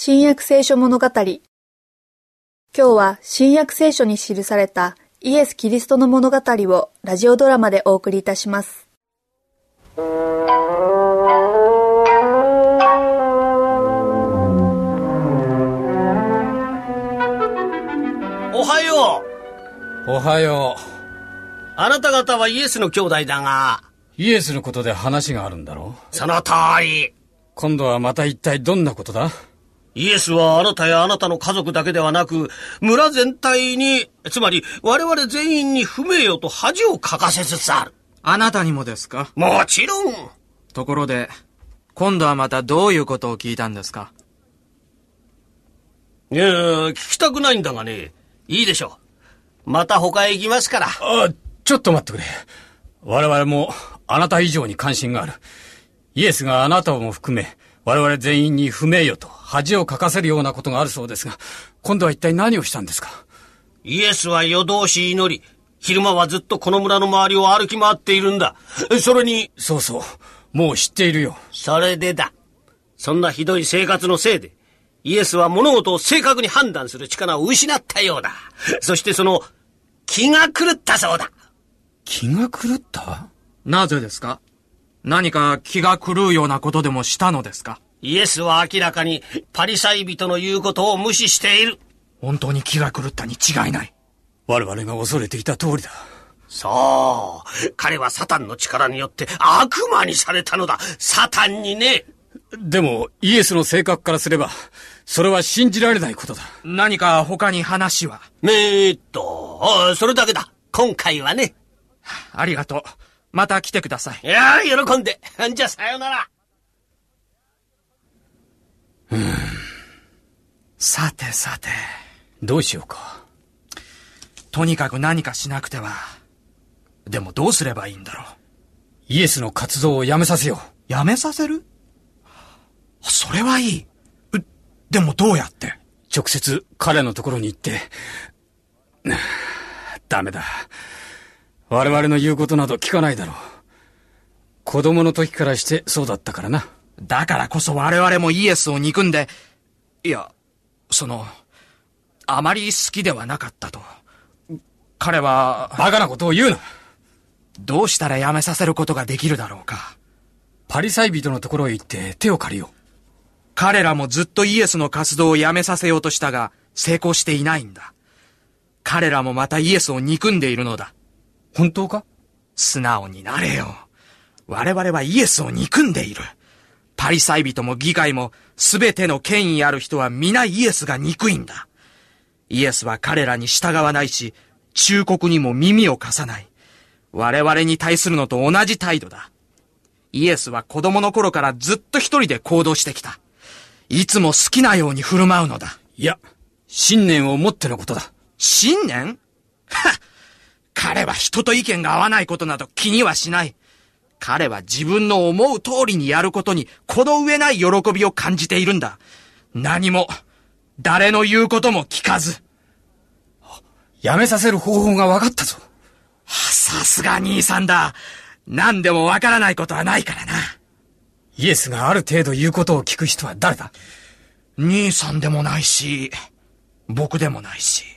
新約聖書物語。今日は新約聖書に記されたイエス・キリストの物語をラジオドラマでお送りいたします。 おはよう。おはよう。 あなた方はイエスの兄弟だが。 イエスのことで話があるんだろう。 その通り。 今度はまた一体どんなことだ？ イエスはあなたやあなたの家族だけではなく、村全体に、つまり我々全員に不名誉と恥をかかせつつある。 あなたにもですか？ もちろん。 ところで、今度はまたどういうことを聞いたんですか？ いや、聞きたくないんだがね。いいでしょう。また他へ行きますから。 ちょっと待ってくれ。我々もあなた以上に関心がある。イエスがあなたをも含め、我々全員に不名誉と恥をかかせるようなことがあるそうですが、今度は一体何をしたんですか？ イエスは夜通し祈り、昼間はずっとこの村の周りを歩き回っているんだ。それに。 そうそう。もう知っているよ。 それでだ。そんなひどい生活のせいで、イエスは物事を正確に判断する力を失ったようだ。そしてその気が狂ったそうだ。 気が狂った？ なぜですか？何か気が狂うようなことでもしたのですか？ イエスは明らかにパリサイ人の言うことを無視している。 本当に気が狂ったに違いない。 我々が恐れていた通りだ。 そう。彼はサタンの力によって悪魔にされたのだ。サタンにね。 でもイエスの性格からすれば、それは信じられないことだ。 何か他に話は？ それだけだ。今回はね。 ありがとう。また来てください。 いやー、喜んで。じゃあ、さよなら。 さてさて。 どうしようか。 とにかく何かしなくては。でもどうすればいいんだろう。 イエスの活動をやめさせよう。 やめさせる？それはいい。でもどうやって？ 直接彼のところに行って。ダメだ。我々の言うことなど聞かないだろう。子供の時からしてそうだったからな。 だからこそ我々もイエスを憎んで、いや、あまり好きではなかったと。彼は。 バカなことを言うな。 どうしたらやめさせることができるだろうか。 パリサイ人のところへ行って手を借りよう。 彼らもずっとイエスの活動をやめさせようとしたが、成功していないんだ。彼らもまたイエスを憎んでいるのだ。 本当か？ 素直になれよ。我々はイエスを憎んでいる。パリサイ人も議会もすべての権威ある人は皆イエスが憎いんだ。イエスは彼らに従わないし、忠告にも耳を貸さない。我々に対するのと同じ態度だ。イエスは子供の頃からずっと一人で行動してきた。いつも好きなように振る舞うのだ。 いや、信念を持ってのことだ。 信念？はっ！彼は人と意見が合わないことなど気にはしない。彼は自分の思う通りにやることにこの上ない喜びを感じているんだ。何も、誰の言うことも聞かず。 やめさせる方法が分かったぞ。 さすが兄さんだ。何でも分からないことはないからな。 イエスがある程度言うことを聞く人は誰だ？ 兄さんでもないし、僕でもないし。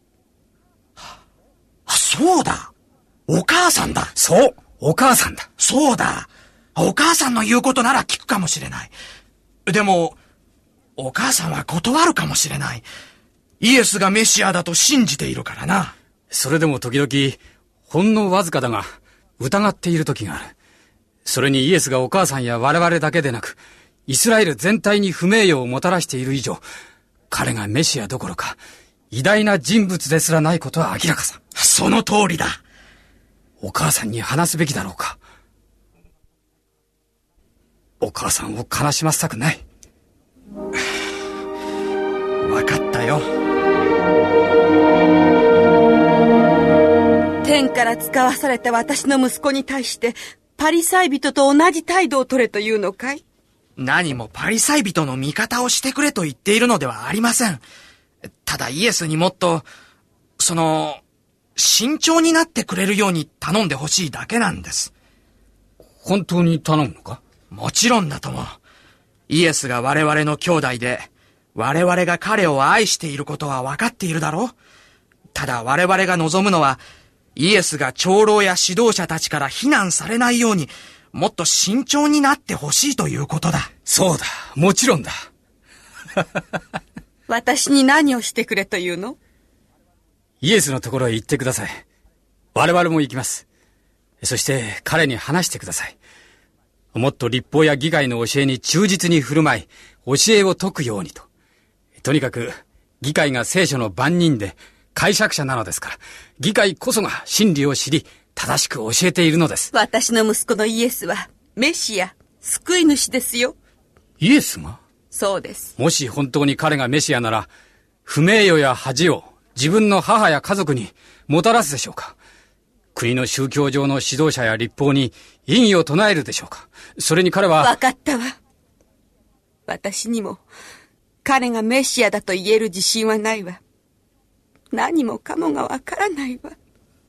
そうだ！お母さんだ！ そう！お母さんだ！ そうだ！お母さんの言うことなら聞くかもしれない。でも、お母さんは断るかもしれない。イエスがメシアだと信じているからな。 それでも時々、ほんのわずかだが、疑っている時がある。それにイエスがお母さんや我々だけでなく、イスラエル全体に不名誉をもたらしている以上、彼がメシアどころか、偉大な人物ですらないことは明らかさ。 その通りだ。 お母さんに話すべきだろうか。お母さんを悲しませたくない。 わかったよ。 天から使わされた私の息子に対してパリサイ人と同じ態度を取れというのかい？ 何もパリサイ人の味方をしてくれと言っているのではありません。ただイエスにもっと、慎重になってくれるように頼んでほしいだけなんです。 本当に頼むのか？ もちろんだとも。イエスが我々の兄弟で、 我々が彼を愛していることは分かっているだろう。ただ我々が望むのは、イエスが長老や指導者たちから非難されないように、もっと慎重になってほしいということだ。 そうだ、もちろんだ。 私に何をしてくれというの？ イエスのところへ行ってください。我々も行きます。そして彼に話してください。もっと律法や議会の教えに忠実に振る舞い、教えを説くようにと。とにかく、議会が聖書の番人で解釈者なのですから、議会こそが真理を知り、正しく教えているのです。 私の息子のイエスは、メシア、救い主ですよ。 イエスが？ そうです。 もし本当に彼がメシアなら、不名誉や恥を自分の母や家族にもたらすでしょうか？国の宗教上の指導者や律法に異議を唱えるでしょうか？それに彼は。 わかったわ。私にも彼がメシアだと言える自信はないわ。何もかもがわからないわ。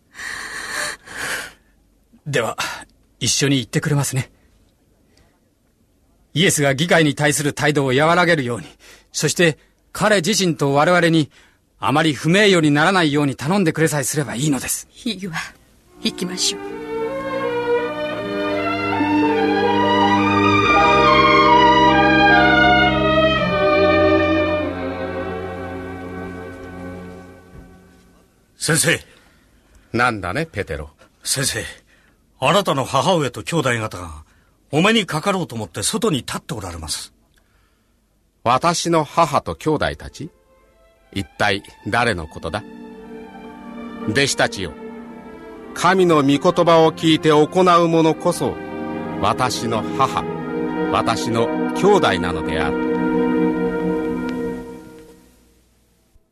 では一緒に行ってくれますね。イエスが議会に対する態度を和らげるように、そして彼自身と我々にあまり不名誉にならないように頼んでくれさえすればいいのです。 いいわ。行きましょう。 先生。 なんだね、ペテロ。 先生、あなたの母上と兄弟方がお目にかかろうと思って外に立っておられます。 私の母と兄弟たち？一体誰のことだ？弟子たちよ、神の御言葉を聞いて行う者こそ私の母、私の兄弟なのである。